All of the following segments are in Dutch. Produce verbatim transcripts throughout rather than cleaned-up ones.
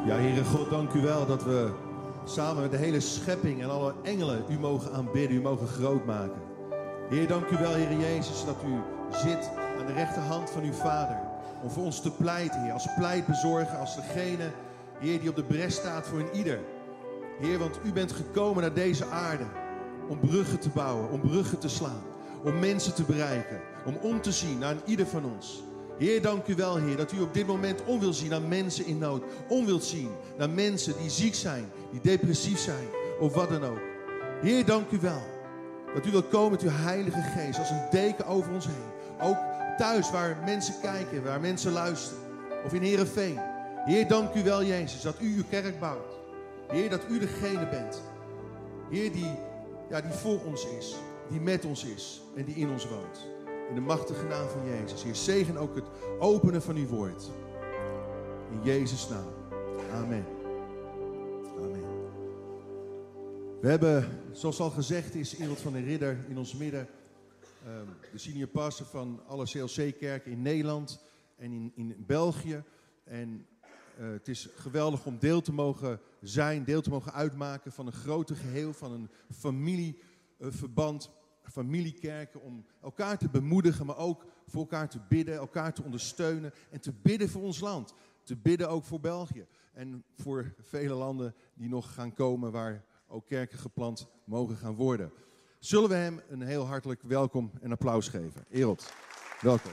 Ja, Heere God, dank u wel dat we samen met de hele schepping en alle engelen u mogen aanbidden, u mogen groot maken. Heer, dank u wel, Heere Jezus, dat u zit aan de rechterhand van uw Vader. Om voor ons te pleiten, Heer, als pleitbezorger, als degene, Heer, die op de bres staat voor een ieder. Heer, want u bent gekomen naar deze aarde om bruggen te bouwen, om bruggen te slaan, om mensen te bereiken, om om te zien naar een ieder van ons. Heer, dank u wel, Heer, dat u op dit moment om wilt zien naar mensen in nood. Om wilt zien naar mensen die ziek zijn, die depressief zijn, of wat dan ook. Heer, dank u wel dat u wilt komen met uw Heilige Geest als een deken over ons heen. Ook thuis waar mensen kijken, waar mensen luisteren. Of in Heerenveen. Heer, dank u wel, Jezus, dat u uw kerk bouwt. Heer, dat u degene bent. Heer, die, ja, die voor ons is, die met ons is en die in ons woont. In de machtige naam van Jezus. Heer, zegen ook het openen van uw woord. In Jezus' naam. Amen. Amen. We hebben, zoals al gezegd is, Ewald van der Ridder in ons midden. Um, de senior pastor van alle C L C-kerken in Nederland en in, in België. En uh, het is geweldig om deel te mogen zijn, deel te mogen uitmaken van een groter geheel, van een familieverband. Familiekerken, om elkaar te bemoedigen, maar ook voor elkaar te bidden, elkaar te ondersteunen en te bidden voor ons land. Te bidden ook voor België en voor vele landen die nog gaan komen waar ook kerken geplant mogen gaan worden. Zullen we hem een heel hartelijk welkom en applaus geven. Erod, welkom.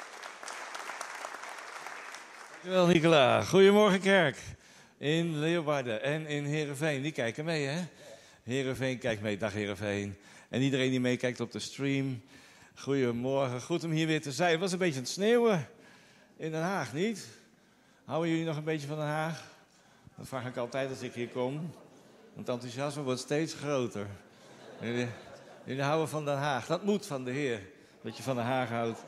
Dankjewel, Nicola. Goedemorgen, kerk. In Leeuwarden en in Heerenveen. Die kijken mee, hè? Heerenveen kijkt mee. Dag, Heerenveen. En iedereen die meekijkt op de stream. Goedemorgen. Goed om hier weer te zijn. Het was een beetje aan het sneeuwen in Den Haag, niet? Houden jullie nog een beetje van Den Haag? Dat vraag ik altijd als ik hier kom. Want het enthousiasme wordt steeds groter. Jullie, jullie houden van Den Haag. Dat moet van de Heer. Dat je van Den Haag houdt.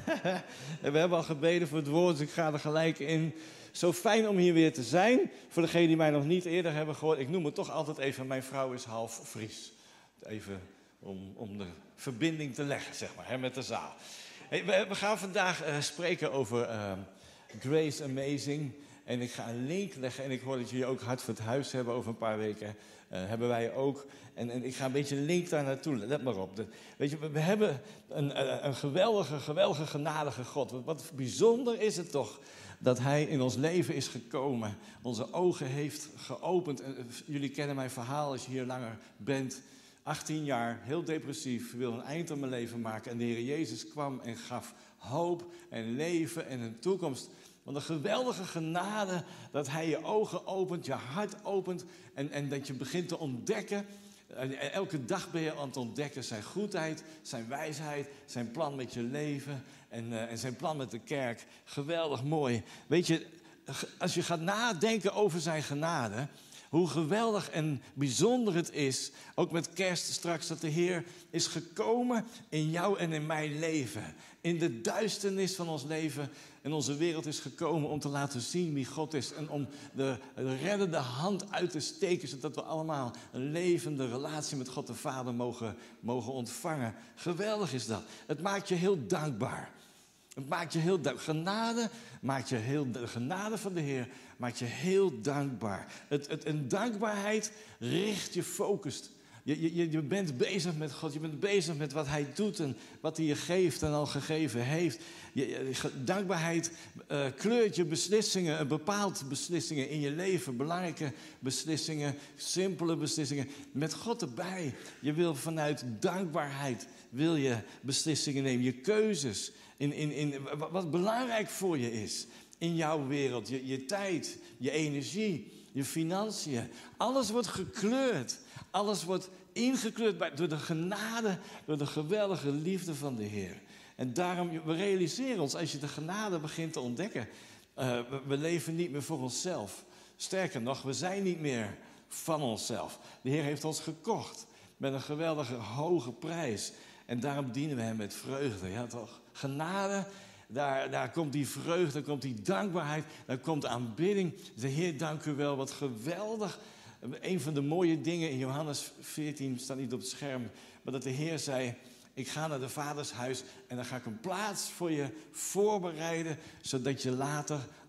En we hebben al gebeden voor het woord, dus ik ga er gelijk in. Zo fijn om hier weer te zijn. Voor degenen die mij nog niet eerder hebben gehoord. Ik noem het toch altijd even, mijn vrouw is half Fries. Even om, om de verbinding te leggen, zeg maar, hè, met de zaal. Hey, we, we gaan vandaag uh, spreken over uh, Grace Amazing. En ik ga een link leggen. En ik hoor dat jullie ook Hart voor het Huis hebben over een paar weken. Uh, hebben wij ook. En, en ik ga een beetje een link daar naartoe. Let maar op. De, weet je, we, we hebben een, een geweldige, geweldige, genadige God. Wat, wat bijzonder is het toch dat hij in ons leven is gekomen. Onze ogen heeft geopend. En, uh, jullie kennen mijn verhaal als je hier langer bent. achttien jaar, heel depressief, wil een eind aan mijn leven maken. En de Heer Jezus kwam en gaf hoop en leven en een toekomst. Want een geweldige genade dat hij je ogen opent, je hart opent. En, en dat je begint te ontdekken. En elke dag ben je aan het ontdekken zijn goedheid, zijn wijsheid, zijn plan met je leven. En, uh, en zijn plan met de kerk. Geweldig mooi. Weet je, als je gaat nadenken over zijn genade, hoe geweldig en bijzonder het is, ook met kerst straks, dat de Heer is gekomen in jou en in mijn leven. In de duisternis van ons leven en onze wereld is gekomen om te laten zien wie God is. En om de reddende hand uit te steken, zodat we allemaal een levende relatie met God de Vader mogen, mogen ontvangen. Geweldig is dat. Het maakt je heel dankbaar. Het maakt je heel dankbaar. Genade maakt je heel, de genade van de Heer maakt je heel dankbaar. Het, het, en dankbaarheid richt je focus. Je, je, je bent bezig met God. Je bent bezig met wat hij doet en wat hij je geeft en al gegeven heeft. Je, je, dankbaarheid uh, kleurt je beslissingen, bepaalt beslissingen in je leven. Belangrijke beslissingen, simpele beslissingen. Met God erbij. Je wil vanuit dankbaarheid wil je beslissingen nemen. Je keuzes. In, in, in, wat belangrijk voor je is in jouw wereld. Je, je tijd, je energie, je financiën. Alles wordt gekleurd. Alles wordt ingekleurd bij, door de genade, door de geweldige liefde van de Heer. En daarom, we realiseren ons, als je de genade begint te ontdekken. Uh, we, we leven niet meer voor onszelf. Sterker nog, we zijn niet meer van onszelf. De Heer heeft ons gekocht met een geweldige hoge prijs. En daarom dienen we hem met vreugde. Ja, toch? Genade, daar, daar komt die vreugde, daar komt die dankbaarheid, daar komt aanbidding. De Heer, dank u wel, wat geweldig. Een van de mooie dingen in Johannes veertien, staat niet op het scherm, maar dat de Heer zei, ik ga naar de Vaders huis en dan ga ik een plaats voor je voorbereiden, zodat je later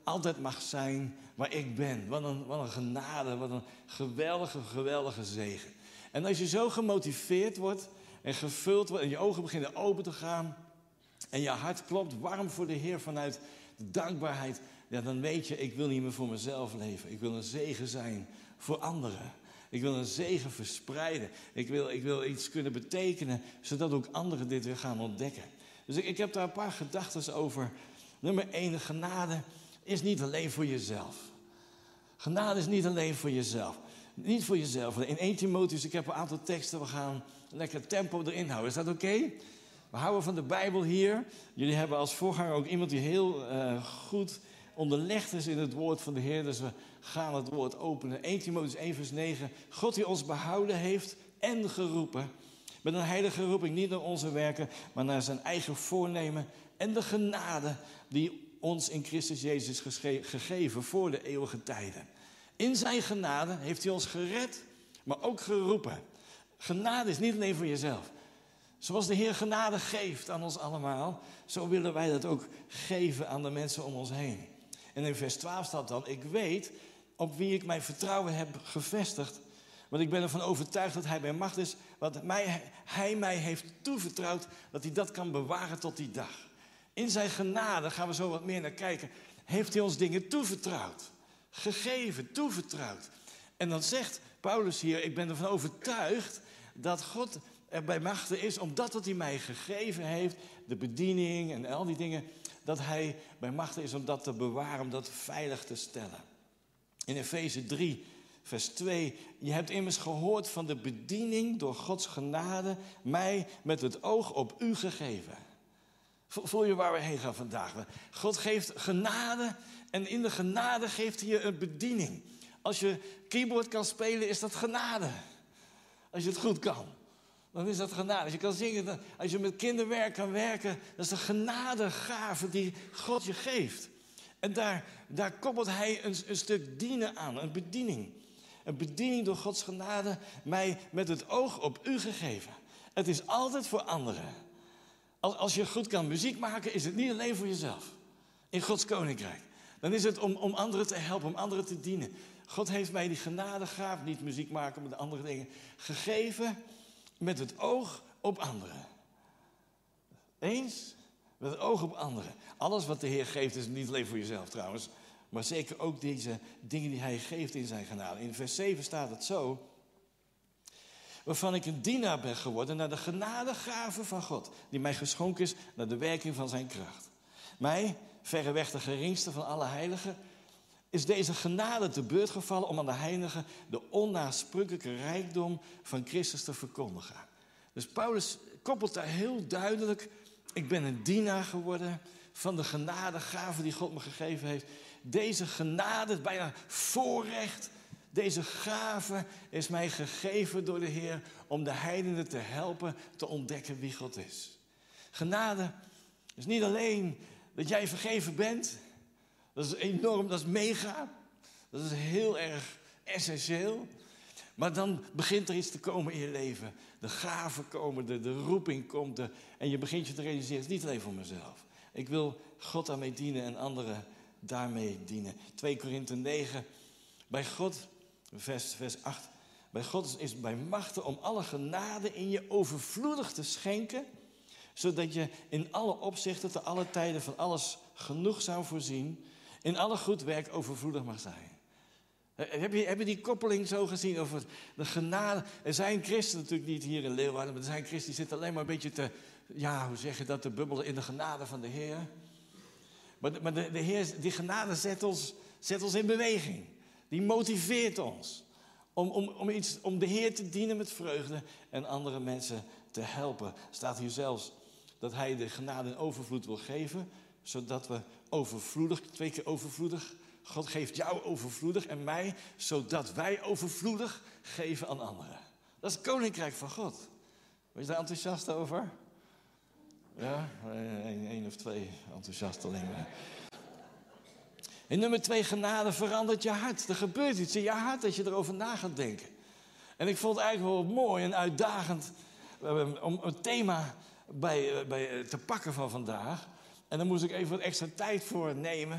altijd mag zijn waar ik ben. Wat een, wat een genade, wat een geweldige, geweldige zegen. En als je zo gemotiveerd wordt en gevuld wordt en je ogen beginnen open te gaan en je hart klopt warm voor de Heer vanuit de dankbaarheid, ja, dan weet je, ik wil niet meer voor mezelf leven. Ik wil een zegen zijn voor anderen. Ik wil een zegen verspreiden. Ik wil, ik wil iets kunnen betekenen, zodat ook anderen dit weer gaan ontdekken. Dus ik, ik heb daar een paar gedachten over. Nummer één, genade is niet alleen voor jezelf. Genade is niet alleen voor jezelf. Niet voor jezelf. In Eerste Timotheüs, ik heb een aantal teksten, we gaan lekker tempo erin houden. Is dat oké? Okay? We houden van de Bijbel hier. Jullie hebben als voorganger ook iemand die heel uh, goed onderlegd is in het woord van de Heer. Dus we gaan het woord openen. Eerste Timotheüs één vers negen. God die ons behouden heeft en geroepen. Met een heilige roeping, niet naar onze werken, maar naar zijn eigen voornemen. En de genade die ons in Christus Jezus is gegeven voor de eeuwige tijden. In zijn genade heeft hij ons gered, maar ook geroepen. Genade is niet alleen voor jezelf. Zoals de Heer genade geeft aan ons allemaal, zo willen wij dat ook geven aan de mensen om ons heen. En in vers twaalf staat dan, ik weet op wie ik mijn vertrouwen heb gevestigd. Want ik ben ervan overtuigd dat hij bij macht is, wat mij, hij mij heeft toevertrouwd, dat hij dat kan bewaren tot die dag. In zijn genade, gaan we zo wat meer naar kijken, heeft hij ons dingen toevertrouwd. Gegeven, toevertrouwd. En dan zegt Paulus hier, ik ben ervan overtuigd dat God er bij machten is, omdat het hij mij gegeven heeft, de bediening en al die dingen, dat hij bij machten is om dat te bewaren, om dat veilig te stellen. In Efeze drie, vers twee, je hebt immers gehoord van de bediening door Gods genade, mij met het oog op u gegeven. Voel je waar we heen gaan vandaag? God geeft genade en in de genade geeft hij je een bediening. Als je keyboard kan spelen, is dat genade. Als je het goed kan, dan is dat genade. Als je kan zingen, als je met kinderwerk kan werken, dat is de genadegave die God je geeft. En daar, daar koppelt hij een, een stuk dienen aan, een bediening. Een bediening door Gods genade, mij met het oog op u gegeven. Het is altijd voor anderen. Als, als je goed kan muziek maken, is het niet alleen voor jezelf. In Gods koninkrijk. Dan is het om, om anderen te helpen, om anderen te dienen. God heeft mij die genadegave, niet muziek maken, maar de andere dingen, gegeven met het oog op anderen. Eens? Met het oog op anderen. Alles wat de Heer geeft is niet alleen voor jezelf trouwens, maar zeker ook deze dingen die hij geeft in zijn genade. In vers zeven staat het zo, waarvan ik een dienaar ben geworden naar de genadegave van God, die mij geschonken is naar de werking van zijn kracht. Mij, verreweg de geringste van alle heiligen, is deze genade te beurt gevallen om aan de heiligen de onnaspeurlijke rijkdom van Christus te verkondigen. Dus Paulus koppelt daar heel duidelijk, ik ben een dienaar geworden van de genadegave die God me gegeven heeft. Deze genade, bijna voorrecht, deze gave is mij gegeven door de Heer om de heidenen te helpen te ontdekken wie God is. Genade is niet alleen dat jij vergeven bent. Dat is enorm, dat is mega. Dat is heel erg essentieel. Maar dan begint er iets te komen in je leven. De gaven komen, de, de roeping komt er. En je begint je te realiseren, het is niet alleen voor mezelf. Ik wil God daarmee dienen en anderen daarmee dienen. twee Korinthe negen. Bij God, vers, vers acht. Bij God is bij machten om alle genade in je overvloedig te schenken, zodat je in alle opzichten te alle tijden van alles genoegzaam voorzien, in alle goed werk overvloedig mag zijn. Heb je, heb je die koppeling zo gezien over de genade? Er zijn christenen natuurlijk niet hier in Leeuwarden, maar er zijn christenen die zitten alleen maar een beetje te, ja, hoe zeg je dat, te bubbelen in de genade van de Heer. Maar, de, maar de, de Heer, die genade zet ons, zet ons in beweging. Die motiveert ons om, om, om, iets, om de Heer te dienen met vreugde en andere mensen te helpen. Staat hier zelfs dat hij de genade in overvloed wil geven, zodat we overvloedig, twee keer overvloedig, God geeft jou overvloedig en mij, zodat wij overvloedig geven aan anderen. Dat is het koninkrijk van God. Ben je daar enthousiast over? Ja, één of twee enthousiastelingen. En nummer twee, genade verandert je hart. Er gebeurt iets in je hart dat je erover na gaat denken. En ik vond het eigenlijk wel mooi en uitdagend om een thema bij, bij te pakken van vandaag. En daar moest ik even wat extra tijd voor nemen.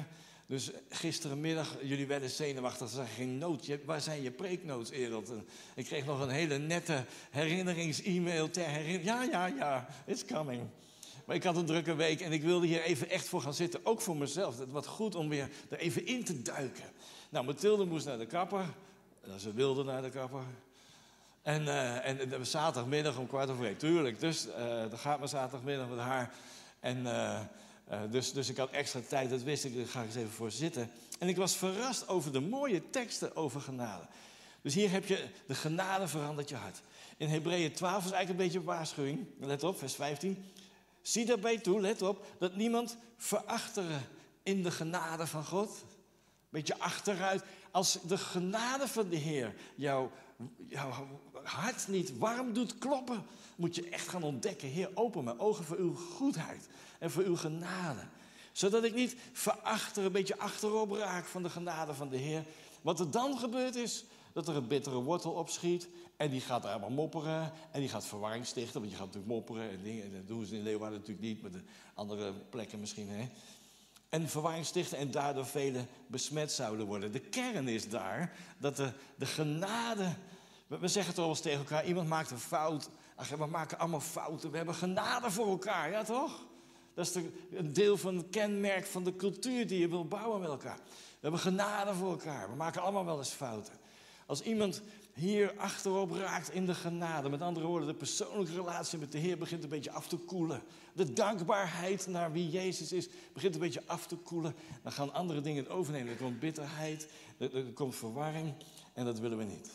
Dus gisterenmiddag, jullie werden zenuwachtig, er zijn geen noot. Je, waar zijn je preeknotes, Ereld? En ik kreeg nog een hele nette herinnerings-e-mail ter herinnering. Ja, ja, ja, it's coming. Maar ik had een drukke week en ik wilde hier even echt voor gaan zitten. Ook voor mezelf. Het was goed om weer er even in te duiken. Nou, Mathilde moest naar de kapper. Ze wilde naar de kapper. En, uh, en, en zaterdagmiddag om kwart over één. Tuurlijk, dus uh, dan gaat mijn zaterdagmiddag met haar. En uh, uh, dus, dus ik had extra tijd, dat wist ik. Daar ga ik eens even voor zitten. En ik was verrast over de mooie teksten over genade. Dus hier heb je de genade verandert je hart. In Hebreeën twaalf is eigenlijk een beetje een waarschuwing. Let op, vers vijftien. Zie daarbij toe, let op, dat niemand verachteren in de genade van God. Beetje achteruit. Als de genade van de Heer jouw, jouw hart niet warm doet kloppen, moet je echt gaan ontdekken. Heer, open mijn ogen voor uw goedheid en voor uw genade. Zodat ik niet verachter, een beetje achterop raak van de genade van de Heer. Wat er dan gebeurt is dat er een bittere wortel opschiet. En die gaat allemaal mopperen. En die gaat verwarring stichten. Want je gaat natuurlijk mopperen en dingen. En dat doen ze in Leeuwarden natuurlijk niet. Maar de andere plekken misschien. Hè? En verwarring stichten en daardoor velen besmet zouden worden. De kern is daar dat de, de genade... We zeggen toch wel eens tegen elkaar. Iemand maakt een fout. Ach, we maken allemaal fouten. We hebben genade voor elkaar. Ja toch? Dat is de, een deel van het kenmerk van de cultuur die je wil bouwen met elkaar. We hebben genade voor elkaar. We maken allemaal wel eens fouten. Als iemand hier achterop raakt in de genade, met andere woorden, de persoonlijke relatie met de Heer begint een beetje af te koelen. De dankbaarheid naar wie Jezus is begint een beetje af te koelen. Dan gaan andere dingen het overnemen. Er komt bitterheid, er, er komt verwarring en dat willen we niet.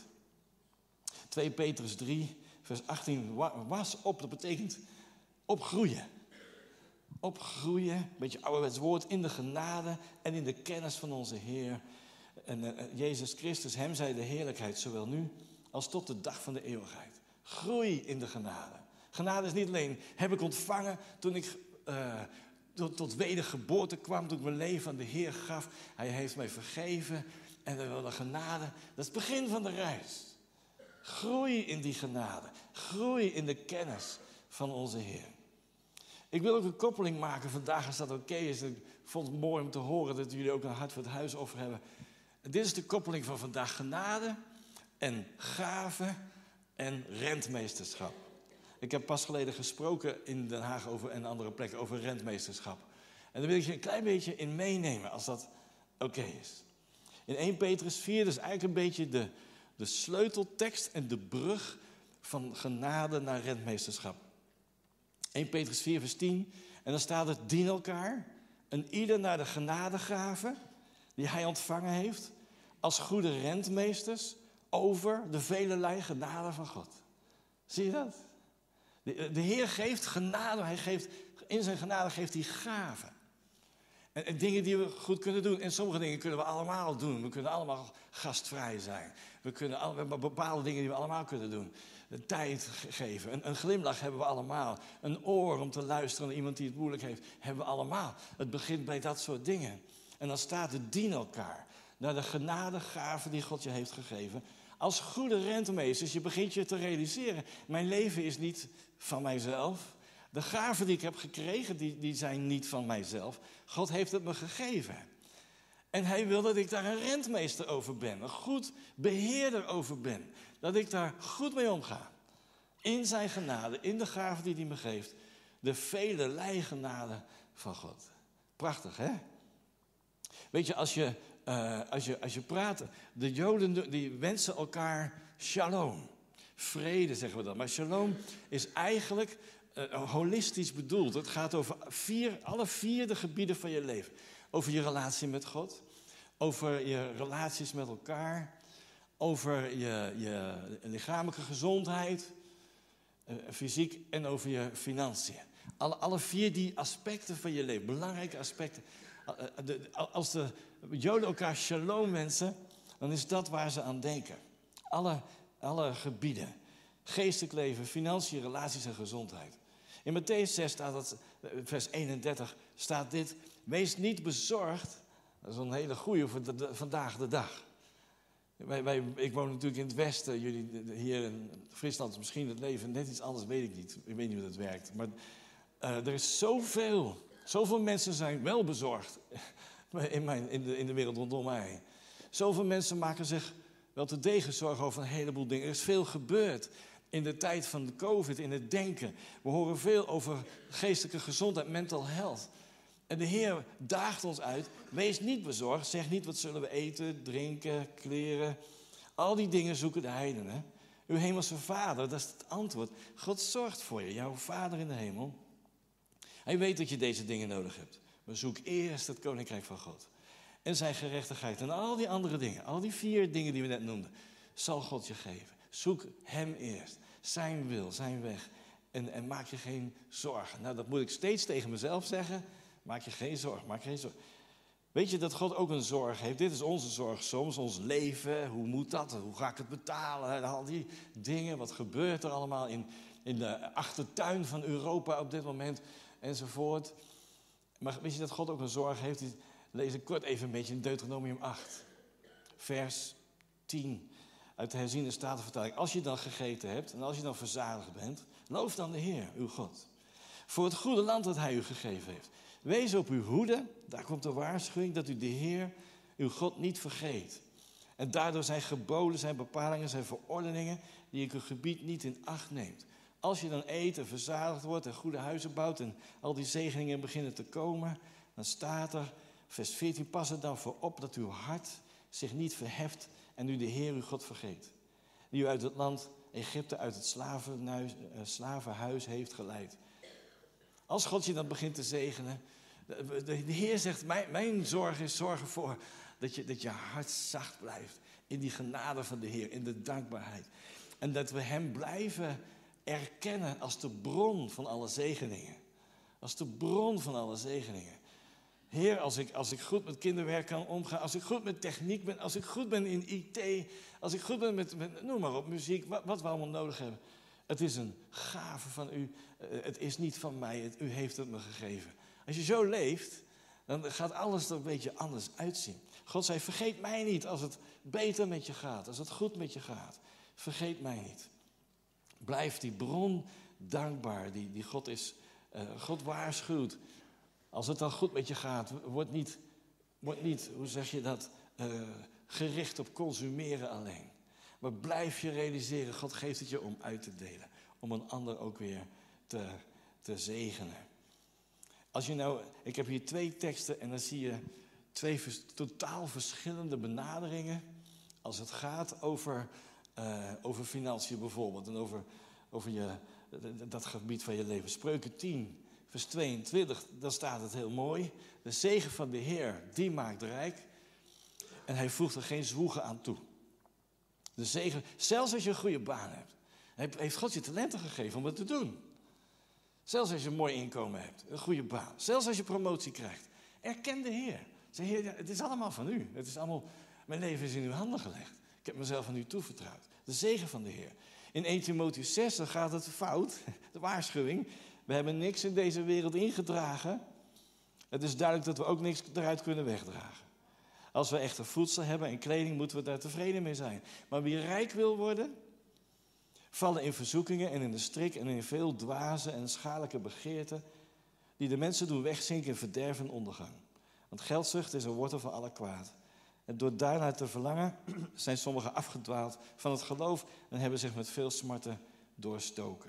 twee Petrus drie, vers achttien. Was op, dat betekent opgroeien. Opgroeien, een beetje ouderwets woord, in de genade en in de kennis van onze Heer. En uh, Jezus Christus, hem zij de heerlijkheid, zowel nu als tot de dag van de eeuwigheid. Groei in de genade. Genade is niet alleen, heb ik ontvangen toen ik uh, tot, tot wedergeboorte kwam, toen ik mijn leven aan de Heer gaf. Hij heeft mij vergeven en de genade, dat is het begin van de reis. Groei in die genade. Groei in de kennis van onze Heer. Ik wil ook een koppeling maken vandaag, als dat oké is. Ik vond het mooi om te horen dat jullie ook een hart voor het huis over hebben. Dit is de koppeling van vandaag. Genade en gave en rentmeesterschap. Ik heb pas geleden gesproken in Den Haag over, en andere plekken over rentmeesterschap. En daar wil ik je een klein beetje in meenemen, als dat oké is. In eerste Petrus vier, dat is eigenlijk een beetje de, de sleuteltekst en de brug van genade naar rentmeesterschap. eerste Petrus vier, vers tien. En dan staat het, dien elkaar, en ieder naar de genadegave die hij ontvangen heeft, als goede rentmeesters over de velelei genade van God. Zie je dat? De, de Heer geeft genade, hij geeft, in zijn genade geeft hij gaven. En, en dingen die we goed kunnen doen. En sommige dingen kunnen we allemaal doen. We kunnen allemaal gastvrij zijn. We, kunnen al, we hebben bepaalde dingen die we allemaal kunnen doen. De tijd geven. Een, een glimlach hebben we allemaal. Een oor om te luisteren naar iemand die het moeilijk heeft, hebben we allemaal. Het begint bij dat soort dingen. En dan staat het, dien elkaar naar de genadegaven die God je heeft gegeven. Als goede rentmeesters, je begint je te realiseren. Mijn leven is niet van mijzelf. De gaven die ik heb gekregen, die, die zijn niet van mijzelf. God heeft het me gegeven. En hij wil dat ik daar een rentmeester over ben. Een goed beheerder over ben. Dat ik daar goed mee omga. In zijn genade, in de gaven die hij me geeft. De velelei genade van God. Prachtig, hè? Weet je, als je, uh, als je, als je praat, de Joden die wensen elkaar shalom. Vrede zeggen we dan. Maar shalom is eigenlijk uh, holistisch bedoeld. Het gaat over vier, alle vier de gebieden van je leven. Over je relatie met God. Over je relaties met elkaar. Over je, je lichamelijke gezondheid. Uh, fysiek en over je financiën. Alle, alle vier die aspecten van je leven. Belangrijke aspecten. Als de Joden elkaar shalom wensen, dan is dat waar ze aan denken. Alle, alle gebieden. Geestelijk leven, financiën, relaties en gezondheid. In Matthäus zes staat dat, vers eenendertig, staat dit. Wees niet bezorgd. Dat is een hele goeie voor de, de, vandaag de dag. Wij, wij, ik woon natuurlijk in het westen. Jullie hier in Friesland is misschien het leven net iets anders, weet ik niet. Ik weet niet hoe dat werkt. Maar uh, er is zoveel... Zoveel mensen zijn wel bezorgd. in, mijn, in, de, in de wereld rondom mij. Zoveel mensen maken zich wel te degen zorgen over een heleboel dingen. Er is veel gebeurd in de tijd van de COVID, in het denken. We horen veel over geestelijke gezondheid, mental health. En de Heer daagt ons uit, wees niet bezorgd. Zeg niet, wat zullen we eten, drinken, kleren. Al die dingen zoeken de heidenen. Uw hemelse Vader, dat is het antwoord. God zorgt voor je, jouw Vader in de hemel. Hij weet dat je deze dingen nodig hebt. Maar zoek eerst het koninkrijk van God. En zijn gerechtigheid en al die andere dingen. Al die vier dingen die we net noemden. Zal God je geven. Zoek hem eerst. Zijn wil, zijn weg. En, en maak je geen zorgen. Nou, dat moet ik steeds tegen mezelf zeggen. Maak je geen zorgen, maak je geen zorgen. Weet je dat God ook een zorg heeft? Dit is onze zorg soms, ons leven. Hoe moet dat? Hoe ga ik het betalen? Al die dingen, wat gebeurt er allemaal in, in de achtertuin van Europa op dit moment? Enzovoort. Maar weet je dat God ook een zorg heeft? Lees ik kort even een beetje in Deuteronomium acht. Vers tien. Uit de herziene statenvertaling. Als je dan gegeten hebt en als je dan verzadigd bent, loof dan de Heer, uw God. Voor het goede land dat hij u gegeven heeft. Wees op uw hoede, daar komt de waarschuwing, dat u de Heer, uw God, niet vergeet. En daardoor zijn geboden, zijn bepalingen, zijn verordeningen die ik uw gebied niet in acht neemt. Als je dan eet en verzadigd wordt en goede huizen bouwt en al die zegeningen beginnen te komen, dan staat er, vers veertien, pas er dan voor op dat uw hart zich niet verheft en u de Heer uw God vergeet. Die u uit het land Egypte, uit het slavenhuis, slavenhuis heeft geleid. Als God je dan begint te zegenen, de, de Heer zegt, mijn, mijn zorg is zorg ervoor dat je, dat je hart zacht blijft. In die genade van de Heer, in de dankbaarheid. En dat we hem blijven erkennen als de bron van alle zegeningen. Als de bron van alle zegeningen. Heer, als ik, als ik goed met kinderwerk kan omgaan, als ik goed met techniek ben, als ik goed ben in I T, als ik goed ben met, met noem maar op, muziek, wat, wat we allemaal nodig hebben. Het is een gave van u, het is niet van mij, het, u heeft het me gegeven. Als je zo leeft, dan gaat alles er een beetje anders uitzien. God zei, vergeet mij niet als het beter met je gaat, als het goed met je gaat. Vergeet mij niet. Blijf die bron dankbaar, die, die God is. Uh, God waarschuwt. Als het dan goed met je gaat, word niet, word niet hoe zeg je dat, uh, gericht op consumeren alleen. Maar blijf je realiseren, God geeft het je om uit te delen. Om een ander ook weer te, te zegenen. Als je nou, ik heb hier twee teksten en dan zie je twee vers, totaal verschillende benaderingen. Als het gaat over, uh, over financiën bijvoorbeeld en over, over je, dat gebied van je leven. Spreuken tien, vers tweeëntwintig, dan staat het heel mooi. De zegen van de Heer, die maakt rijk. En hij voegt er geen zwoegen aan toe. De zegen, zelfs als je een goede baan hebt, heeft God je talenten gegeven om het te doen. Zelfs als je een mooi inkomen hebt, een goede baan. Zelfs als je promotie krijgt. Erken de Heer. Zeg, Heer, het is allemaal van u. Het is allemaal, mijn leven is in uw handen gelegd. Ik heb mezelf aan u toevertrouwd. De zegen van de Heer. In eerste Timotheüs zes dan gaat het fout. De waarschuwing. We hebben niks in deze wereld ingedragen. Het is duidelijk dat we ook niks eruit kunnen wegdragen. Als we echte voedsel hebben en kleding, moeten we daar tevreden mee zijn. Maar wie rijk wil worden, vallen in verzoekingen en in de strik en in veel dwaze en schadelijke begeerten, die de mensen doen wegzinken in verderf en ondergang. Want geldzucht is een wortel van alle kwaad. En door daarnaar te verlangen zijn sommigen afgedwaald van het geloof en hebben zich met veel smarten doorstoken.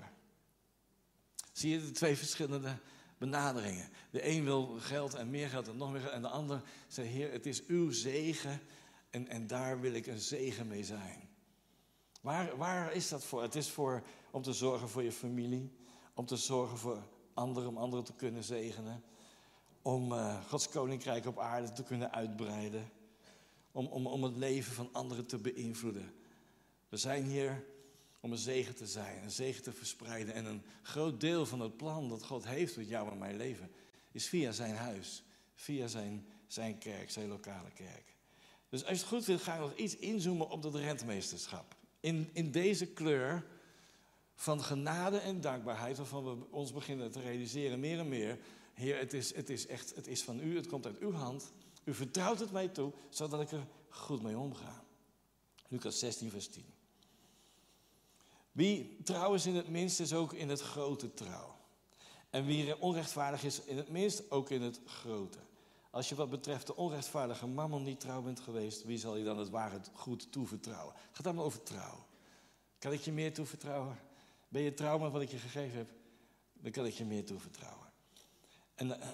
Zie je de twee verschillende benaderingen. De een wil geld en meer geld en nog meer geld. En de ander zegt, Heer, het is uw zegen en, en daar wil ik een zegen mee zijn. Waar, waar is dat voor? Het is voor om te zorgen voor je familie. Om te zorgen voor anderen, om anderen te kunnen zegenen. Om uh, Gods koninkrijk op aarde te kunnen uitbreiden. Om, om, om het leven van anderen te beïnvloeden. We zijn hier om een zegen te zijn, een zegen te verspreiden. En een groot deel van het plan dat God heeft met jou en mijn leven is via zijn huis. Via zijn, zijn kerk, zijn lokale kerk. Dus als je het goed vindt, ga ik nog iets inzoomen op dat rentmeesterschap. In, in deze kleur van genade en dankbaarheid, waarvan we ons beginnen te realiseren meer en meer. Heer, het is, het is echt, het is van u, het komt uit uw hand. U vertrouwt het mij toe, zodat ik er goed mee omga. Lucas zestien, vers tien. Wie trouw is in het minst, is ook in het grote trouw. En wie onrechtvaardig is in het minst, ook in het grote. Als je wat betreft de onrechtvaardige mammon niet trouw bent geweest, wie zal je dan het ware goed toevertrouwen? Het gaat allemaal over trouw. Kan ik je meer toevertrouwen? Ben je trouw met wat ik je gegeven heb? Dan kan ik je meer toevertrouwen. En uh,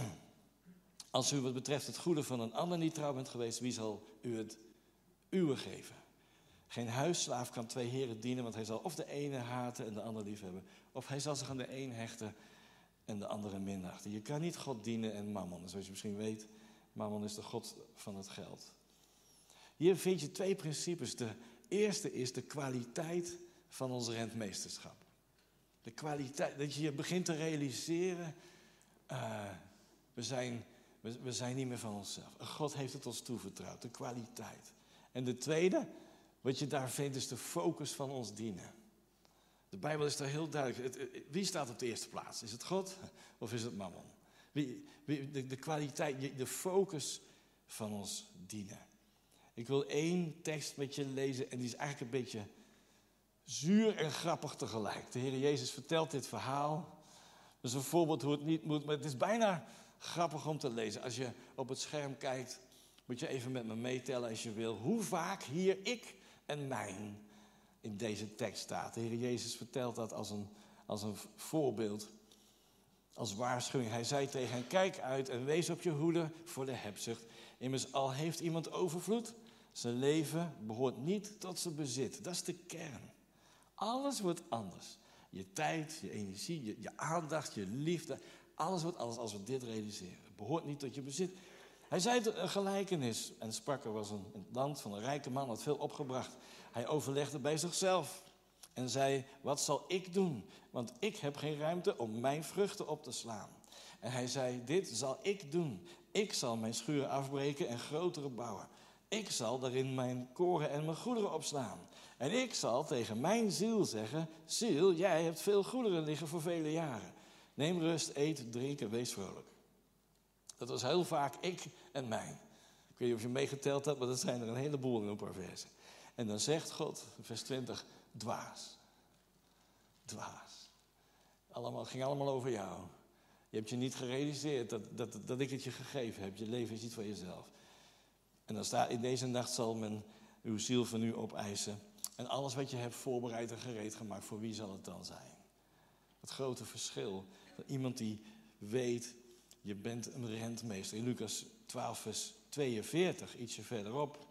als u wat betreft het goede van een ander niet trouw bent geweest, wie zal u het uwe geven? Geen huisslaaf kan twee heren dienen, want hij zal of de ene haten en de ander liefhebben, of hij zal zich aan de een hechten en de andere minachten. Je kan niet God dienen en mammon. Zoals je misschien weet, mammon is de god van het geld. Hier vind je twee principes. De eerste is de kwaliteit van ons rentmeesterschap. De kwaliteit, dat je je begint te realiseren, uh, we, zijn, we, we zijn niet meer van onszelf. God heeft het ons toevertrouwd, de kwaliteit. En de tweede, wat je daar vindt, is de focus van ons dienen. De Bijbel is daar heel duidelijk. Het, wie staat op de eerste plaats? Is het God of is het mammon? Wie, wie, de, de kwaliteit, de focus van ons dienen. Ik wil één tekst met je lezen en die is eigenlijk een beetje zuur en grappig tegelijk. De Heer Jezus vertelt dit verhaal. Dat is een voorbeeld hoe het niet moet, maar het is bijna grappig om te lezen. Als je op het scherm kijkt, moet je even met me meetellen als je wil. Hoe vaak hier ik en mijn in deze tekst staat. De Heer Jezus vertelt dat als een, als een voorbeeld, als waarschuwing. Hij zei tegen hen, kijk uit en wees op je hoede voor de hebzucht. Immers al heeft iemand overvloed, zijn leven behoort niet tot zijn bezit. Dat is de kern. Alles wordt anders. Je tijd, je energie, je, je aandacht, je liefde. Alles wordt anders als we dit realiseren. Het behoort niet tot je bezit. Hij zei een gelijkenis en sprak. Er was een, een land van een rijke man, had veel opgebracht. Hij overlegde bij zichzelf en zei, wat zal ik doen? Want ik heb geen ruimte om mijn vruchten op te slaan. En hij zei, dit zal ik doen. Ik zal mijn schuren afbreken en grotere bouwen. Ik zal daarin mijn koren en mijn goederen opslaan. En ik zal tegen mijn ziel zeggen, ziel, jij hebt veel goederen liggen voor vele jaren. Neem rust, eet, drink en wees vrolijk. Dat was heel vaak ik en mijn. Ik weet niet of je meegeteld hebt, maar dat zijn er een heleboel in een paar versen. En dan zegt God, vers twintig, dwaas. Dwaas. Allemaal, het ging allemaal over jou. Je hebt je niet gerealiseerd dat, dat, dat ik het je gegeven heb. Je leven is niet van jezelf. En dan staat, in deze nacht zal men uw ziel van u opeisen. En alles wat je hebt voorbereid en gereed gemaakt, voor wie zal het dan zijn? Het grote verschil. Iemand die weet, je bent een rentmeester. In Lucas twaalf, vers tweeënveertig, ietsje verderop,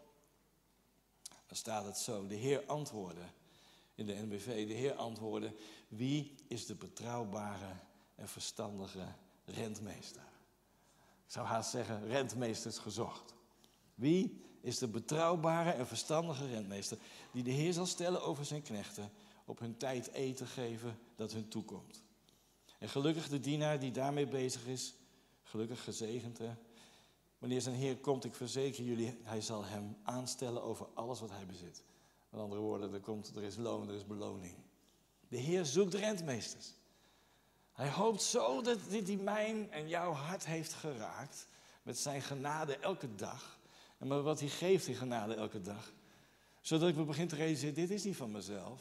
dan staat het zo. De Heer antwoordde, in de N B V, de Heer antwoordde, wie is de betrouwbare en verstandige rentmeester? Ik zou haast zeggen, rentmeesters gezocht. Wie is de betrouwbare en verstandige rentmeester die de Heer zal stellen over zijn knechten, op hun tijd eten geven dat hun toekomt? En gelukkig de dienaar die daarmee bezig is, gelukkig gezegend. Hè? Wanneer zijn Heer komt, ik verzeker jullie, hij zal hem aanstellen over alles wat hij bezit. Met andere woorden, er, komt, er is loon, er is beloning. De Heer zoekt rentmeesters. Hij hoopt zo dat dit die mijn en jouw hart heeft geraakt, met zijn genade elke dag. En met wat hij geeft, die genade elke dag. Zodat ik me begin te realiseren, dit is niet van mezelf.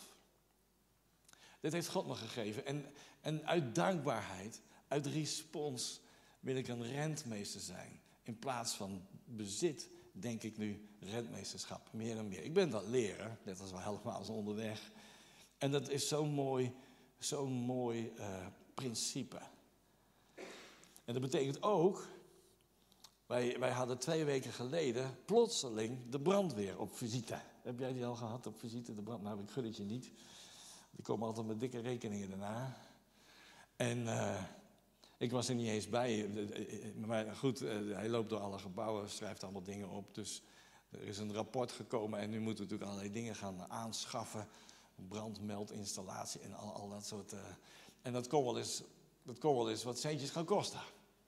Dit heeft God me gegeven. En, en uit dankbaarheid, uit respons, wil ik een rentmeester zijn. In plaats van bezit, denk ik nu rentmeesterschap. Meer en meer. Ik ben dat leraar, net als wel helemaal als onderweg. En dat is zo'n mooi, zo'n mooi uh, principe. En dat betekent ook, wij, wij hadden twee weken geleden plotseling de brandweer op visite. Heb jij die al gehad op visite? De brand, nou, ik gun het je niet. Die komen altijd met dikke rekeningen daarna. En uh, ik was er niet eens bij. Maar goed, uh, hij loopt door alle gebouwen, schrijft allemaal dingen op. Dus er is een rapport gekomen en nu moeten we natuurlijk allerlei dingen gaan aanschaffen. Brandmeldinstallatie en al, al dat soort... Uh, en dat kon, wel eens, dat kon wel eens wat centjes gaan kosten.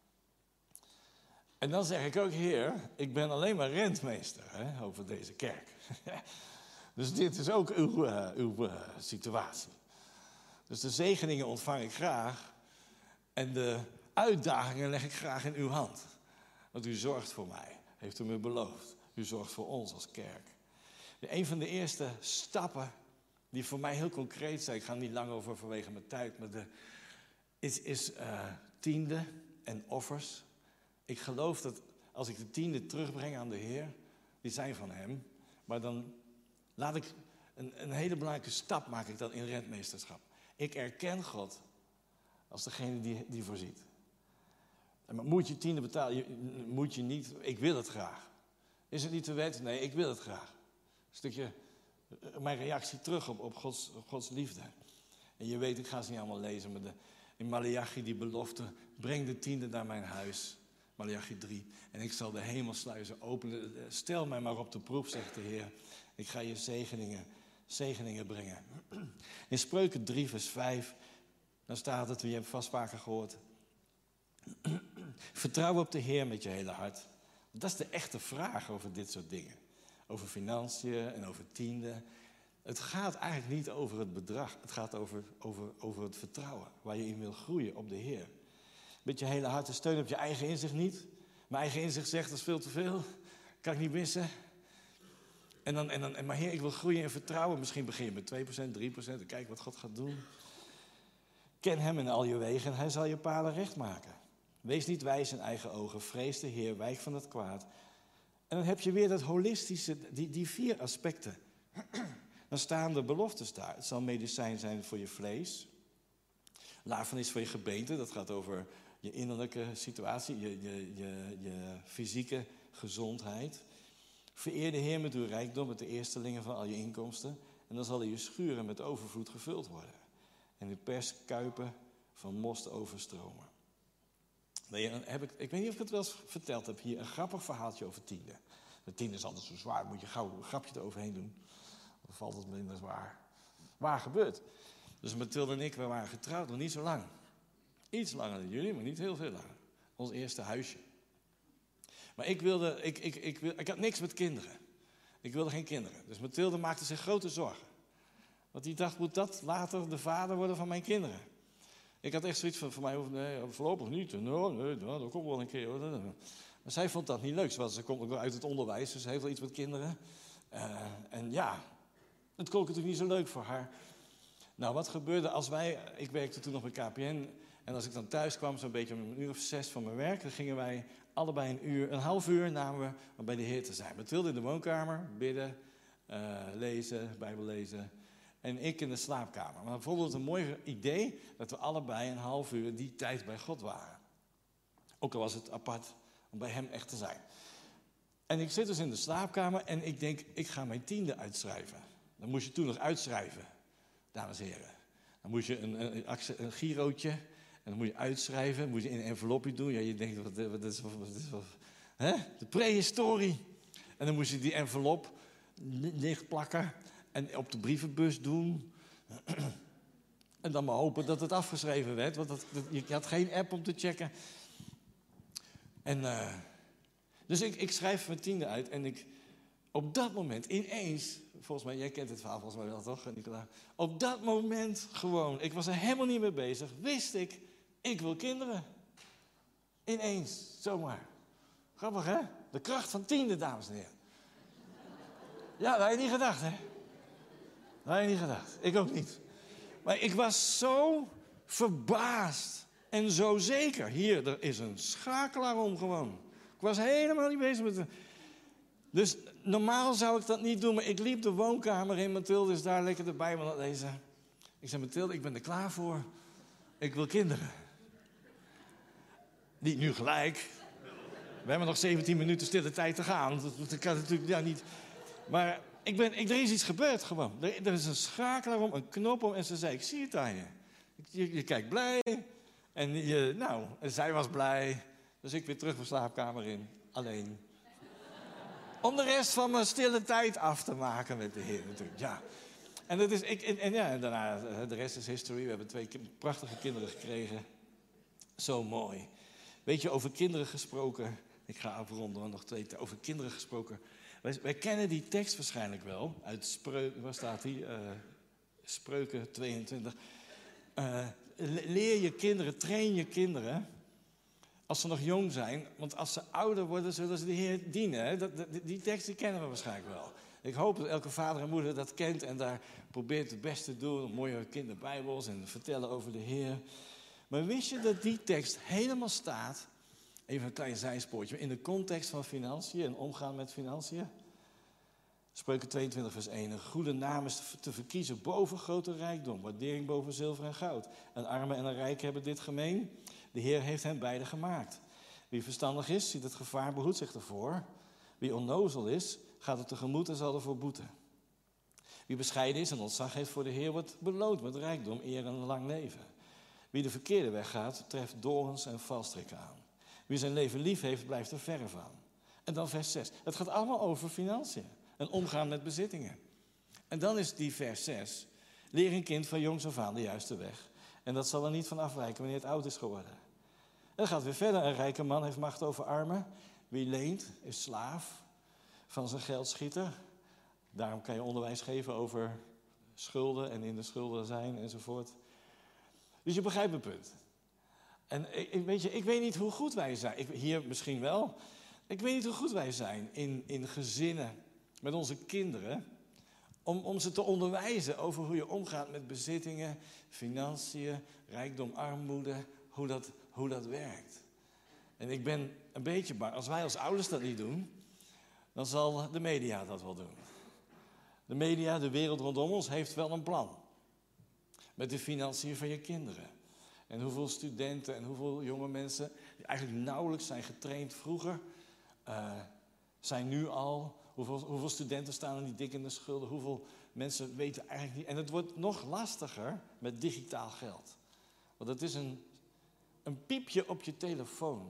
En dan zeg ik ook, Heer, ik ben alleen maar rentmeester hè, over deze kerk. Dus dit is ook uw, uh, uw uh, situatie. Dus de zegeningen ontvang ik graag. En de uitdagingen leg ik graag in uw hand. Want u zorgt voor mij, heeft u me beloofd. U zorgt voor ons als kerk. Een van de eerste stappen die voor mij heel concreet zijn, ik ga er niet lang over vanwege mijn tijd, maar de, is, is uh, tiende en offers. Ik geloof dat als ik de tiende terugbreng aan de Heer, die zijn van hem. Maar dan laat ik een, een hele belangrijke stap maak ik dan in rentmeesterschap. Ik erken God als degene die, die voorziet. En maar moet je tiende betalen? Je, moet je niet? Ik wil het graag. Is het niet de wet? Nee, ik wil het graag. Een stukje mijn reactie terug op, op, Gods, op Gods liefde. En je weet, ik ga ze niet allemaal lezen, maar de, in Maleachi die belofte, breng de tiende naar mijn huis. Maleachi drie. En ik zal de hemelsluizen openen. Stel mij maar op de proef, zegt de Heer. Ik ga je zegeningen, zegeningen brengen. In Spreuken drie, vers vijf, dan staat het, je hebt het vast vaker gehoord. Vertrouw op de Heer met je hele hart. Dat is de echte vraag over dit soort dingen. Over financiën en over tienden. Het gaat eigenlijk niet over het bedrag. Het gaat over, over, over het vertrouwen. Waar je in wil groeien op de Heer. Met je hele hart en steun op je eigen inzicht niet. Mijn eigen inzicht zegt, dat is veel te veel. Kan ik niet missen. En dan, en dan, en maar Heer, ik wil groeien in vertrouwen. Misschien begin je met twee procent, drie procent. En kijk wat God gaat doen. Ken hem in al je wegen en hij zal je paden recht maken. Wees niet wijs in eigen ogen. Vrees de Heer, wijk van het kwaad. En dan heb je weer dat holistische, die, die vier aspecten. Dan staan de beloftes daar. Het zal medicijn zijn voor je vlees. Lafenis voor je gebeente. Dat gaat over je innerlijke situatie, je, je, je, je fysieke gezondheid. Vereer de Heer met uw rijkdom, met de eerstelingen van al je inkomsten. En dan zal je schuren met overvloed gevuld worden. En uw perskuipen van most overstromen. Nee, heb ik, ik weet niet of ik het wel eens verteld heb. Hier een grappig verhaaltje over tiende. De tiende is altijd zo zwaar. Moet je gauw een grapje eroverheen doen. Dan valt het minder zwaar. Waar gebeurt? Dus Mathilde en ik, we waren getrouwd nog niet zo lang. Iets langer dan jullie, maar niet heel veel langer. Ons eerste huisje. Maar ik wilde, ik, ik, ik, ik, ik had niks met kinderen. Ik wilde geen kinderen. Dus Mathilde maakte zich grote zorgen. Want die dacht, moet dat later de vader worden van mijn kinderen? Ik had echt zoiets van, voor mij hoeft nee, voorlopig niet. Nee, nee, dat komt wel een keer. Maar zij vond dat niet leuk. Ze, was, ze komt ook wel uit het onderwijs, dus ze heeft wel iets met kinderen. Uh, en ja, het klonk natuurlijk niet zo leuk voor haar. Nou, wat gebeurde als wij... Ik werkte toen nog bij K P N. En als ik dan thuis kwam, zo'n beetje om een uur of zes van mijn werk... dan gingen wij allebei een uur, een half uur namen we om bij de Heer te zijn. Mathilde in de woonkamer, bidden, uh, lezen, Bijbel lezen... En ik in de slaapkamer. Maar bijvoorbeeld een mooi idee dat we allebei een half uur die tijd bij God waren. Ook al was het apart om bij hem echt te zijn. En ik zit dus in de slaapkamer en ik denk, ik ga mijn tiende uitschrijven. Dan moest je toen nog uitschrijven, dames en heren. Dan moest je een, een, een girootje en dan moet je uitschrijven. Dan moet je in een envelopje doen. Ja, je denkt, wat, wat is wat is wat, hè? De prehistorie. En dan moest je die envelop dicht plakken. En op de brievenbus doen. En dan maar hopen dat het afgeschreven werd. Want dat, dat, je had geen app om te checken. En, uh, dus ik, ik schrijf mijn tiende uit. En ik, op dat moment ineens... Volgens mij, jij kent het verhaal volgens mij wel toch, Nicola? Op dat moment gewoon, ik was er helemaal niet mee bezig. Wist ik, ik wil kinderen. Ineens, zomaar. Grappig, hè? De kracht van tiende, dames en heren. Ja, dat had je niet gedacht, hè? Dat had je niet gedacht. Ik ook niet. Maar ik was zo verbaasd en zo zeker. Hier, er is een schakelaar om gewoon. Ik was helemaal niet bezig met... De... Dus normaal zou ik dat niet doen, maar ik liep de woonkamer in. Mathilde is daar lekker de Bijbel aan het lezen. Ik zei, Mathilde, ik ben er klaar voor. Ik wil kinderen. Niet nu gelijk. We hebben nog zeventien minuten stille tijd te gaan. Dat kan natuurlijk ja, niet... Maar ik ben, ik, er is iets gebeurd gewoon. Er, er is een schakelaar om, een knop om. En ze zei, ik zie het aan je. Je, je kijkt blij. En je, nou, en zij was blij. Dus ik weer terug mijn slaapkamer in. Alleen. Om de rest van mijn stille tijd af te maken met de Heer natuurlijk. Ja. En, dat is, ik, en, en ja, en daarna, de rest is history. We hebben twee prachtige kinderen gekregen. Zo mooi. Weet je, over kinderen gesproken. Ik ga afronden, nog twee. Over kinderen gesproken. Wij, wij kennen die tekst waarschijnlijk wel. Uit Spreuken, waar staat die? Uh, Spreuken tweeëntwintig. Uh, leer je kinderen, train je kinderen. Als ze nog jong zijn. Want als ze ouder worden, zullen ze de Heer dienen. Hè? Dat, dat, die tekst die kennen we waarschijnlijk wel. Ik hoop dat elke vader en moeder dat kent. En daar probeert het beste te doen. Mooie kinderbijbels en vertellen over de Heer. Maar wist je dat die tekst helemaal staat Even een klein zijspoortje. In de context van financiën en omgaan met financiën. Spreuken tweeëntwintig vers één. Een goede naam is te verkiezen boven grote rijkdom. Waardering boven zilver en goud. Een arme en een rijk hebben dit gemeen. De Heer heeft hen beide gemaakt. Wie verstandig is, ziet het gevaar, behoedt zich ervoor. Wie onnozel is, gaat het tegemoet en zal ervoor boeten. Wie bescheiden is en ontzag heeft voor de Heer, wordt beloond met rijkdom, eer en een lang leven. Wie de verkeerde weg gaat, treft dorens en valstrikken aan. Wie zijn leven lief heeft, blijft er verre van. En dan vers zes. Het gaat allemaal over financiën en omgaan met bezittingen. En dan is die vers zes. Leer een kind van jongs af aan de juiste weg. En dat zal er niet van afwijken wanneer het oud is geworden. En dan gaat weer verder. Een rijke man heeft macht over armen. Wie leent, is slaaf van zijn geldschieter. Daarom kan je onderwijs geven over schulden en in de schulden zijn enzovoort. Dus je begrijpt het punt. En ik, weet je, ik weet niet hoe goed wij zijn. Ik, hier misschien wel. Ik weet niet hoe goed wij zijn in, in gezinnen met onze kinderen. Om, om ze te onderwijzen over hoe je omgaat met bezittingen, financiën, rijkdom, armoede. Hoe dat, hoe dat werkt. En ik ben een beetje bang. Als wij als ouders dat niet doen, dan zal de media dat wel doen. De media, de wereld rondom ons, heeft wel een plan. Met de financiën van je kinderen. En hoeveel studenten en hoeveel jonge mensen, die eigenlijk nauwelijks zijn getraind vroeger, uh, zijn nu al. Hoeveel, hoeveel studenten staan er niet dik in de schulden. Hoeveel mensen weten eigenlijk niet. En het wordt nog lastiger met digitaal geld. Want het is een, een piepje op je telefoon.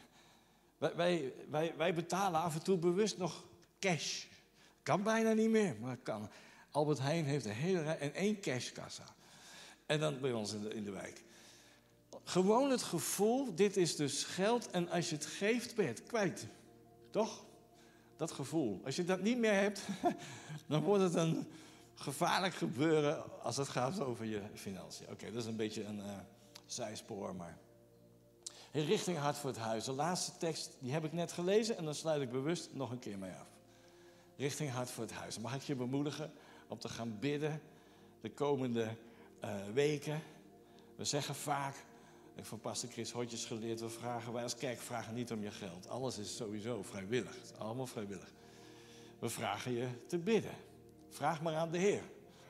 wij, wij, wij, wij betalen af en toe bewust nog cash. Kan bijna niet meer, maar het kan. Albert Heijn heeft een hele rij en één cashkassa. En dan bij ons in de, in de wijk. Gewoon het gevoel, dit is dus geld en als je het geeft, ben je het kwijt. Toch? Dat gevoel. Als je dat niet meer hebt, dan wordt het een gevaarlijk gebeuren als het gaat over je financiën. Oké, okay, dat is een beetje een uh, zijspoor, maar... Richting Hart voor het Huis. De laatste tekst, die heb ik net gelezen en dan sluit ik bewust nog een keer mee af. Richting Hart voor het Huis. Mag ik je bemoedigen om te gaan bidden de komende uh, weken. We zeggen vaak, ik heb van pastor Chris Hodges geleerd, we vragen, wij als kerk vragen niet om je geld. Alles is sowieso vrijwillig. Het is allemaal vrijwillig. We vragen je te bidden. Vraag maar aan de Heer.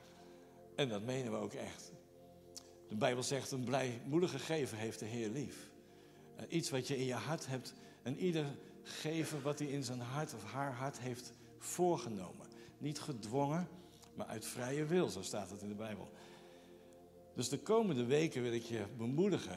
En dat menen we ook echt. De Bijbel zegt, een blijmoedige gever heeft de Heer lief. Uh, iets wat je in je hart hebt en ieder geven wat hij in zijn hart of haar hart heeft voorgenomen. Niet gedwongen, maar uit vrije wil, zo staat het in de Bijbel. Dus de komende weken wil ik je bemoedigen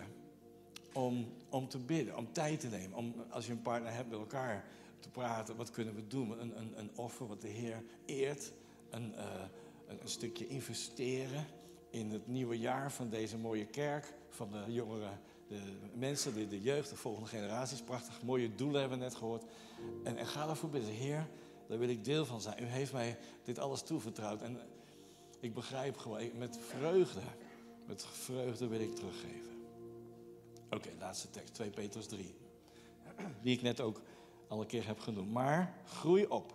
om, om te bidden, om tijd te nemen. Om, als je een partner hebt, met elkaar te praten. Wat kunnen we doen? Een, een, een offer wat de Heer eert. Een, uh, een, een stukje investeren in het nieuwe jaar van deze mooie kerk. Van de jongeren, de mensen, de, de jeugd, de volgende generaties. Prachtig, mooie doelen hebben we net gehoord. En, en ga daarvoor bidden. Heer, daar wil ik deel van zijn. U heeft mij dit alles toevertrouwd. En ik begrijp gewoon, met vreugde... Met vreugde wil ik teruggeven. Oké, okay, laatste tekst, twee Petrus drie. Die ik net ook al een keer heb genoemd. Maar groei op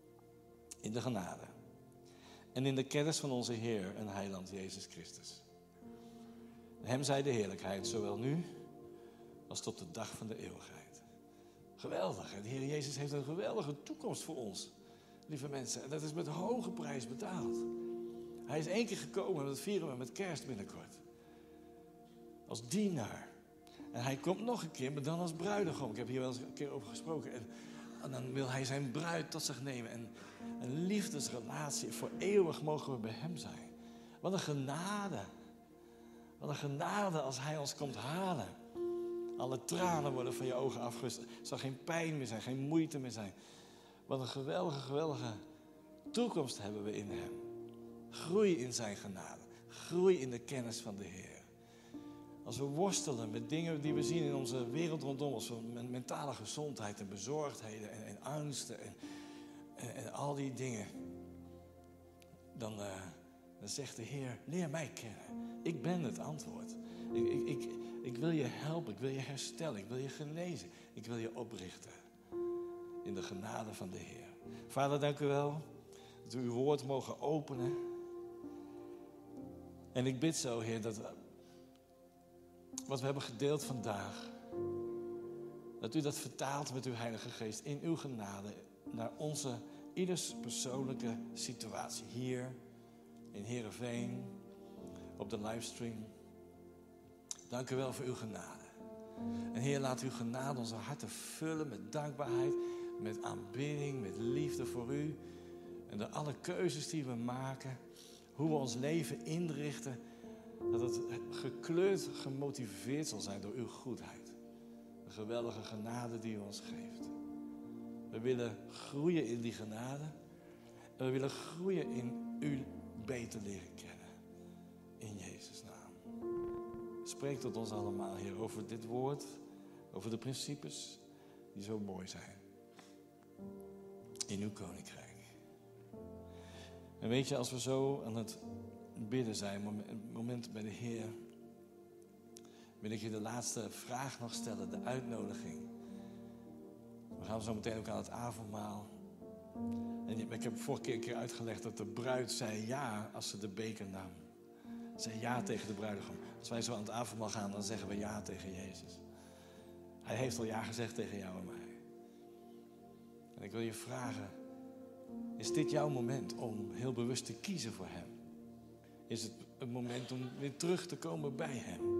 in de genade. En in de kennis van onze Heer en Heiland Jezus Christus. Hem zij de heerlijkheid, zowel nu als tot de dag van de eeuwigheid. Geweldig, hè? De Heer Jezus heeft een geweldige toekomst voor ons. Lieve mensen, en dat is met hoge prijs betaald. Hij is één keer gekomen en dat vieren we met kerst binnenkort. Als dienaar. En hij komt nog een keer, maar dan als bruidegom. Ik heb hier wel eens een keer over gesproken. En, en dan wil hij zijn bruid tot zich nemen. En een liefdesrelatie. Voor eeuwig mogen we bij hem zijn. Wat een genade. Wat een genade als hij ons komt halen. Alle tranen worden van je ogen afgewist. Er zal geen pijn meer zijn, geen moeite meer zijn. Wat een geweldige, geweldige toekomst hebben we in hem. Groei in zijn genade. Groei in de kennis van de Heer. Als we worstelen met dingen die we zien in onze wereld rondom ons. Mentale gezondheid en bezorgdheden en, en angsten en, en, en al die dingen. Dan, uh, dan zegt de Heer, leer mij kennen. Ik ben het antwoord. Ik, ik, ik, ik wil je helpen, ik wil je herstellen, ik wil je genezen. Ik wil je oprichten. In de genade van de Heer. Vader, dank u wel dat we uw woord mogen openen. En ik bid zo, Heer, dat wat we hebben gedeeld vandaag, Dat u dat vertaalt met uw Heilige Geest in uw genade naar onze ieders persoonlijke situatie. Hier in Heerenveen, op de livestream. Dank u wel voor uw genade. En Heer, laat uw genade onze harten vullen met dankbaarheid, met aanbidding, met liefde voor u. En door alle keuzes die we maken, hoe we ons leven inrichten, dat het gekleurd, gemotiveerd zal zijn door uw goedheid. De geweldige genade die u ons geeft. We willen groeien in die genade. En we willen groeien in u beter leren kennen. In Jezus' naam. Spreek tot ons allemaal, Heer, over dit woord. Over de principes die zo mooi zijn. In uw koninkrijk. En weet je, als we zo aan het bidden zijn, moment, moment bij de Heer, wil ik je de laatste vraag nog stellen, de uitnodiging. We gaan zo meteen ook aan het avondmaal. En ik heb vorige keer een keer uitgelegd dat de bruid zei ja als ze de beker nam. Zei ja tegen de bruidegom. Als wij zo aan het avondmaal gaan, dan zeggen we ja tegen Jezus. Hij heeft al ja gezegd tegen jou en mij. En ik wil je vragen, is dit jouw moment om heel bewust te kiezen voor Hem? Is het het moment om weer terug te komen bij Hem?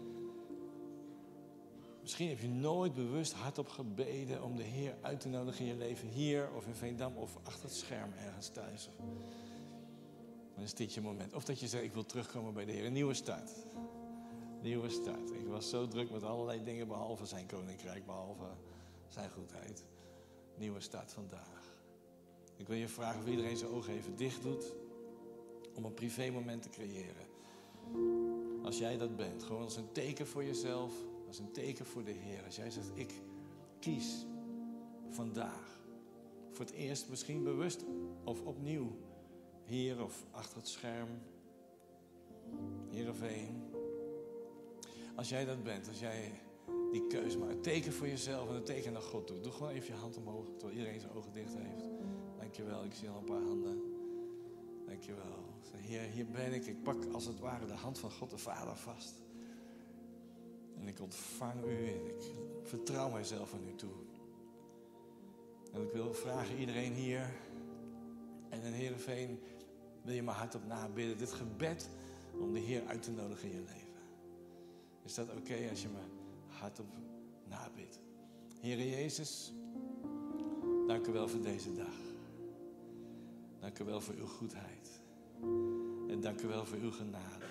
Misschien heb je nooit bewust hardop gebeden om de Heer uit te nodigen in je leven. Hier of in Veendam of achter het scherm ergens thuis. Dan is dit je moment. Of dat je zegt, ik wil terugkomen bij de Heer. Een nieuwe start. Nieuwe start. Ik was zo druk met allerlei dingen behalve zijn koninkrijk, behalve zijn goedheid. Nieuwe start vandaag. Ik wil je vragen of iedereen zijn ogen even dicht doet. Om een privé moment te creëren. Als jij dat bent. Gewoon als een teken voor jezelf. Als een teken voor de Heer. Als jij zegt, ik kies vandaag. Voor het eerst misschien bewust of opnieuw. Hier of achter het scherm. Heerenveen. Als jij dat bent. Als jij die keuze maakt. Een teken voor jezelf en een teken naar God doet. Doe gewoon even je hand omhoog. Terwijl iedereen zijn ogen dicht heeft. Dankjewel. Ik zie al een paar handen. Dankjewel. Heer, hier ben ik. Ik pak als het ware de hand van God de Vader vast. En ik ontvang u en ik vertrouw mijzelf aan u toe. En ik wil vragen iedereen hier en in Heerenveen, wil je maar hardop nabidden. Dit gebed om de Heer uit te nodigen in je leven. Is dat oké okay als je me hardop nabidt? Heere Jezus, dank u wel voor deze dag. Dank u wel voor uw goedheid. En dank u wel voor uw genade.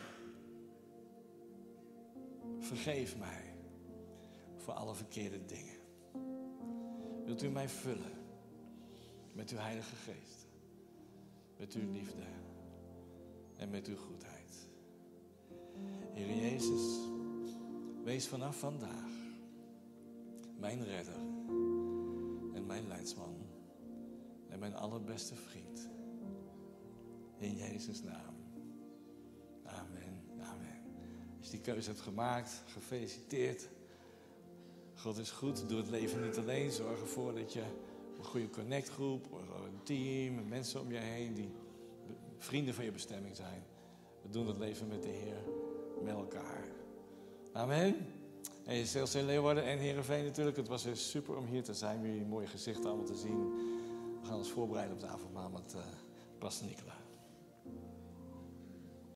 Vergeef mij voor alle verkeerde dingen. Wilt u mij vullen met uw Heilige Geest, met uw liefde en met uw goedheid. Heer Jezus, wees vanaf vandaag mijn redder en mijn leidsman en mijn allerbeste vriend. In Jezus' naam. Amen, amen. Als je die keuze hebt gemaakt, gefeliciteerd. God is goed, doe het leven niet alleen. Zorg ervoor dat je een goede connectgroep, een team, mensen om je heen die vrienden van je bestemming zijn. We doen het leven met de Heer, met elkaar. Amen. En C L C Leeuwarden en Heerenveen natuurlijk. Het was weer super om hier te zijn, jullie mooie gezichten allemaal te zien. We gaan ons voorbereiden op de avondmaal met uh, Pastor Nicola.